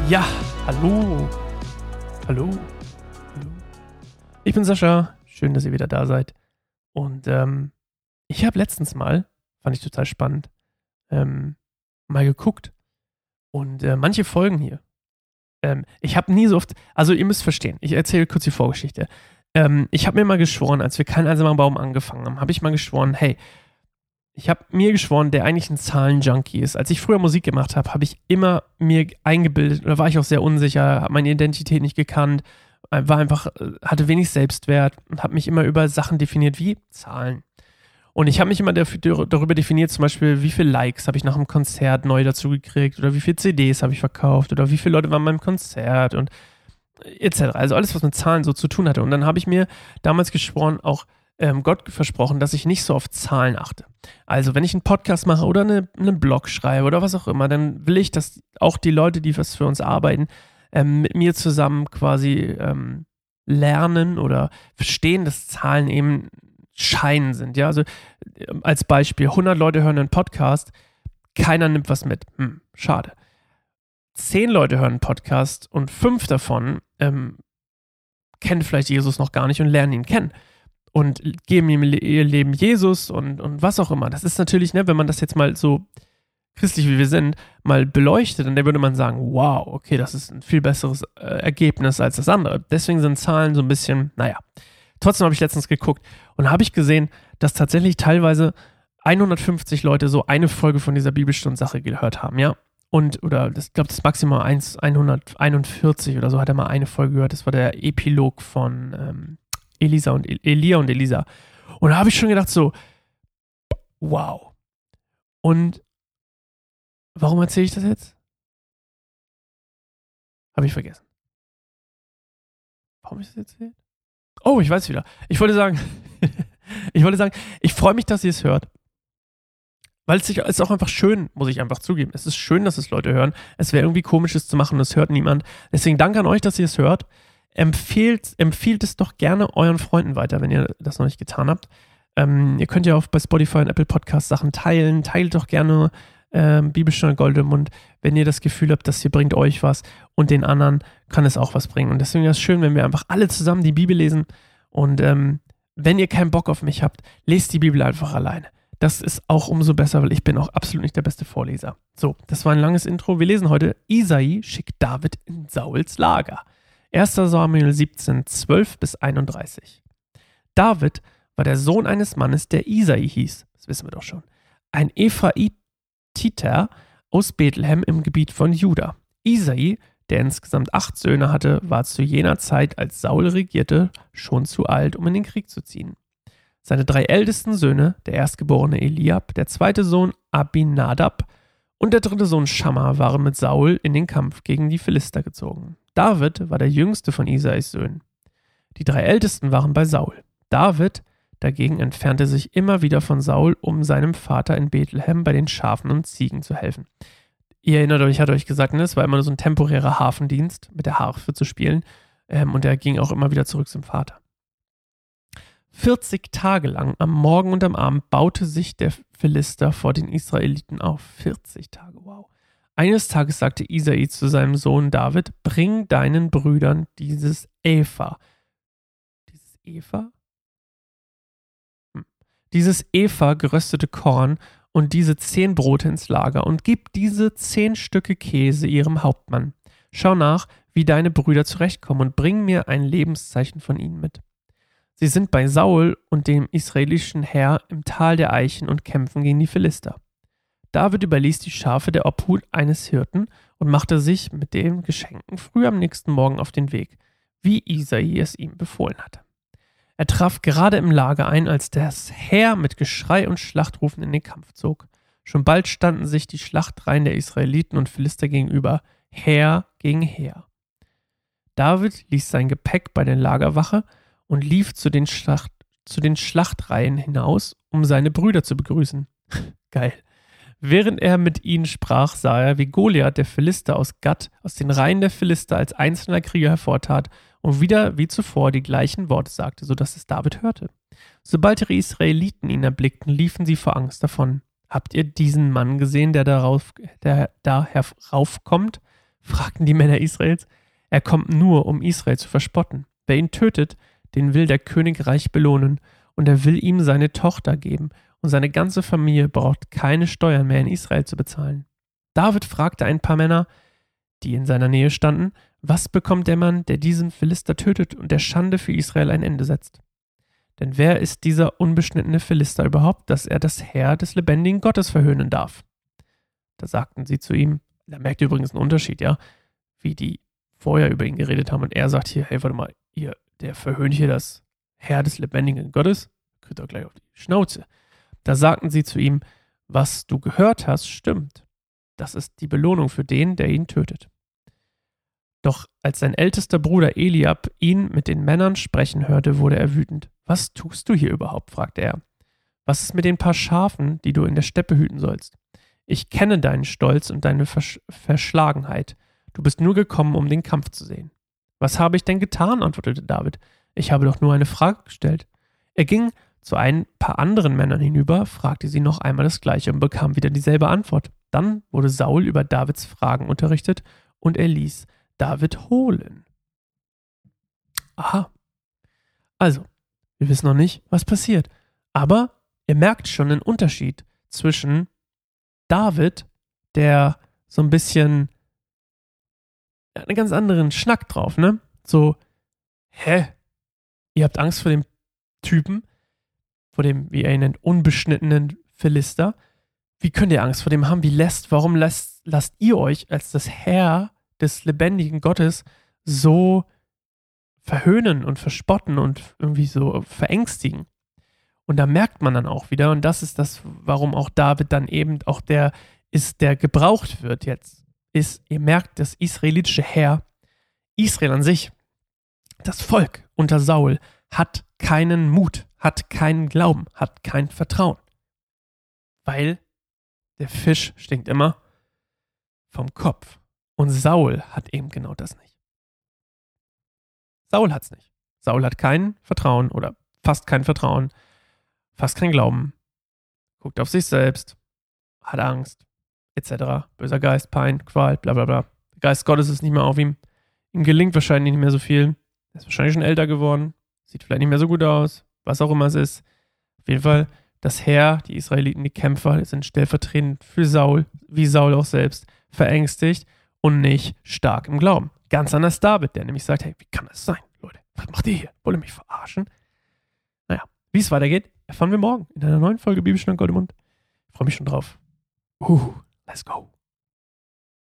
Ja, hallo. Hallo. Ich bin Sascha. Schön, dass ihr wieder da seid. Und ich habe letztens mal, fand ich total spannend, mal geguckt. Und manche Folgen hier. Ich habe nie so oft, also ihr müsst verstehen, ich erzähle kurz die Vorgeschichte. Ich habe mir mal geschworen, als wir keinen einsamen Baum angefangen haben, habe ich mal geschworen, hey, ich habe mir geschworen, der eigentlich ein Zahlen-Junkie ist. Als ich früher Musik gemacht habe, habe ich immer mir eingebildet, oder war ich auch sehr unsicher, habe meine Identität nicht gekannt, war einfach, hatte wenig Selbstwert und habe mich immer über Sachen definiert wie Zahlen. Und ich habe mich immer darüber definiert, zum Beispiel, wie viele Likes habe ich nach einem Konzert neu dazu gekriegt oder wie viele CDs habe ich verkauft oder wie viele Leute waren beim Konzert und etc. Also alles, was mit Zahlen so zu tun hatte. Und dann habe ich mir damals geschworen, auch Gott versprochen, dass ich nicht so auf Zahlen achte. Also wenn ich einen Podcast mache oder einen Blog schreibe oder was auch immer, dann will ich, dass auch die Leute, die was für uns arbeiten, mit mir zusammen quasi lernen oder verstehen, dass Zahlen eben Scheinen sind. Ja, also als Beispiel, 100 Leute hören einen Podcast, keiner nimmt was mit. Schade. 10 Leute hören einen Podcast und 5 davon kennen vielleicht Jesus noch gar nicht und lernen ihn kennen. Und geben ihm ihr Leben Jesus und was auch immer. Das ist natürlich, ne, wenn man das jetzt mal so christlich wie wir sind, mal beleuchtet, dann würde man sagen, wow, okay, das ist ein viel besseres Ergebnis als das andere. Deswegen sind Zahlen so ein bisschen, naja. Trotzdem habe ich letztens geguckt und habe ich gesehen, dass tatsächlich teilweise 150 Leute so eine Folge von dieser Bibelstundensache gehört haben, ja. Oder ich glaube, das maximal 141 oder so hat er mal eine Folge gehört. Das war der Epilog von Elia und Elisa. Und da habe ich schon gedacht so, wow. Und warum erzähle ich das jetzt? Habe ich vergessen. Warum habe ich das erzählt? Oh, ich weiß wieder. Ich wollte sagen, ich freue mich, dass ihr es hört. Weil es ist auch einfach schön, muss ich einfach zugeben. Es ist schön, dass es Leute hören. Es wäre irgendwie komisch, es zu machen, das hört niemand. Deswegen danke an euch, dass ihr es hört. Empfiehlt es doch gerne euren Freunden weiter, wenn ihr das noch nicht getan habt. Ihr könnt ja auch bei Spotify und Apple Podcast Sachen teilen. Teilt doch gerne Bibelstunde Gold im Mund, wenn ihr das Gefühl habt, dass hier bringt euch was und den anderen kann es auch was bringen. Und deswegen ist es schön, wenn wir einfach alle zusammen die Bibel lesen. Und wenn ihr keinen Bock auf mich habt, lest die Bibel einfach alleine. Das ist auch umso besser, weil ich bin auch absolut nicht der beste Vorleser. So, das war ein langes Intro. Wir lesen heute, Isai schickt David in Sauls Lager. 1. Samuel 17, 12-31. David war der Sohn eines Mannes, der Isai hieß. Das wissen wir doch schon. Ein Ephraititer aus Bethlehem im Gebiet von Juda. Isai, der insgesamt 8 Söhne hatte, war zu jener Zeit, als Saul regierte, schon zu alt, um in den Krieg zu ziehen. Seine 3 ältesten Söhne, der erstgeborene Eliab, der zweite Sohn Abinadab und der dritte Sohn Schamma, waren mit Saul in den Kampf gegen die Philister gezogen. David war der jüngste von Isais Söhnen. Die 3 ältesten waren bei Saul. David dagegen entfernte sich immer wieder von Saul, um seinem Vater in Bethlehem bei den Schafen und Ziegen zu helfen. Ihr erinnert euch, ich hatte euch gesagt, es war immer so ein temporärer Hafendienst, mit der Harfe zu spielen. Und er ging auch immer wieder zurück zum Vater. 40 Tage lang, am Morgen und am Abend, baute sich der Philister vor den Israeliten auf. 40 Tage, wow. Eines Tages sagte Isai zu seinem Sohn David, bring deinen Brüdern dieses Epha. Dieses Epha? Dieses Epha geröstete Korn und diese 10 Brote ins Lager und gib diese 10 Stücke Käse ihrem Hauptmann. Schau nach, wie deine Brüder zurechtkommen und bring mir ein Lebenszeichen von ihnen mit. Sie sind bei Saul und dem israelischen Heer im Tal der Eichen und kämpfen gegen die Philister. David überließ die Schafe der Obhut eines Hirten und machte sich mit den Geschenken früh am nächsten Morgen auf den Weg, wie Isai es ihm befohlen hatte. Er traf gerade im Lager ein, als das Heer mit Geschrei und Schlachtrufen in den Kampf zog. Schon bald standen sich die Schlachtreihen der Israeliten und Philister gegenüber, Heer gegen Heer. David ließ sein Gepäck bei der Lagerwache und lief zu den Schlachtreihen hinaus, um seine Brüder zu begrüßen. Geil. Während er mit ihnen sprach, sah er, wie Goliath, der Philister aus Gat, aus den Reihen der Philister als einzelner Krieger hervortat und wieder wie zuvor die gleichen Worte sagte, sodass es David hörte. Sobald die Israeliten ihn erblickten, liefen sie vor Angst davon. Habt ihr diesen Mann gesehen, der da heraufkommt? fragten die Männer Israels. Er kommt nur, um Israel zu verspotten. Wer ihn tötet, den will der König reich belohnen, und er will ihm seine Tochter geben, und seine ganze Familie braucht keine Steuern mehr in Israel zu bezahlen. David fragte ein paar Männer, die in seiner Nähe standen, was bekommt der Mann, der diesen Philister tötet und der Schande für Israel ein Ende setzt? Denn wer ist dieser unbeschnittene Philister überhaupt, dass er das Heer des lebendigen Gottes verhöhnen darf? Da sagten sie zu ihm, da merkt ihr übrigens einen Unterschied, ja, wie die vorher über ihn geredet haben und er sagt hier, hey, warte mal, der verhöhnt hier das Heer des lebendigen Gottes, kriegt doch gleich auf die Schnauze. Da sagten sie zu ihm, was du gehört hast, stimmt. Das ist die Belohnung für den, der ihn tötet. Doch als sein ältester Bruder Eliab ihn mit den Männern sprechen hörte, wurde er wütend. Was tust du hier überhaupt? Fragte er. Was ist mit den paar Schafen, die du in der Steppe hüten sollst? Ich kenne deinen Stolz und deine Verschlagenheit. Du bist nur gekommen, um den Kampf zu sehen. Was habe ich denn getan? Antwortete David. Ich habe doch nur eine Frage gestellt. Er ging zu ein paar anderen Männern hinüber, fragte sie noch einmal das Gleiche und bekam wieder dieselbe Antwort. Dann wurde Saul über Davids Fragen unterrichtet und er ließ David holen. Aha. Also, wir wissen noch nicht, was passiert. Aber ihr merkt schon den Unterschied zwischen David, der so ein bisschen einen ganz anderen Schnack drauf, ne? So, ihr habt Angst vor dem Typen, vor dem, wie er ihn nennt, unbeschnittenen Philister. Wie könnt ihr Angst vor dem haben? Warum lasst ihr euch als das Heer des lebendigen Gottes so verhöhnen und verspotten und irgendwie so verängstigen? Und da merkt man dann auch wieder, und das ist das, warum auch David dann eben auch der ist, der gebraucht wird jetzt, ist, ihr merkt, das israelitische Heer, Israel an sich, das Volk unter Saul, hat keinen Mut, hat keinen Glauben, hat kein Vertrauen. Weil der Fisch stinkt immer vom Kopf. Und Saul hat eben genau das nicht. Saul hat's nicht. Saul hat kein Vertrauen oder fast kein Vertrauen, fast kein Glauben, guckt auf sich selbst, hat Angst, etc. Böser Geist, Pein, Qual, bla bla bla. Der Geist Gottes ist nicht mehr auf ihm. Ihm gelingt wahrscheinlich nicht mehr so viel. Er ist wahrscheinlich schon älter geworden. Sieht vielleicht nicht mehr so gut aus. Was auch immer es ist. Auf jeden Fall, das Heer, die Israeliten, die Kämpfer, sind stellvertretend für Saul, wie Saul auch selbst, verängstigt und nicht stark im Glauben. Ganz anders David, der nämlich sagt, hey, wie kann das sein, Leute? Was macht ihr hier? Wollt ihr mich verarschen? Naja, wie es weitergeht, erfahren wir morgen in einer neuen Folge Bibelstunde Gold im Mund. Ich freue mich schon drauf. Let's go.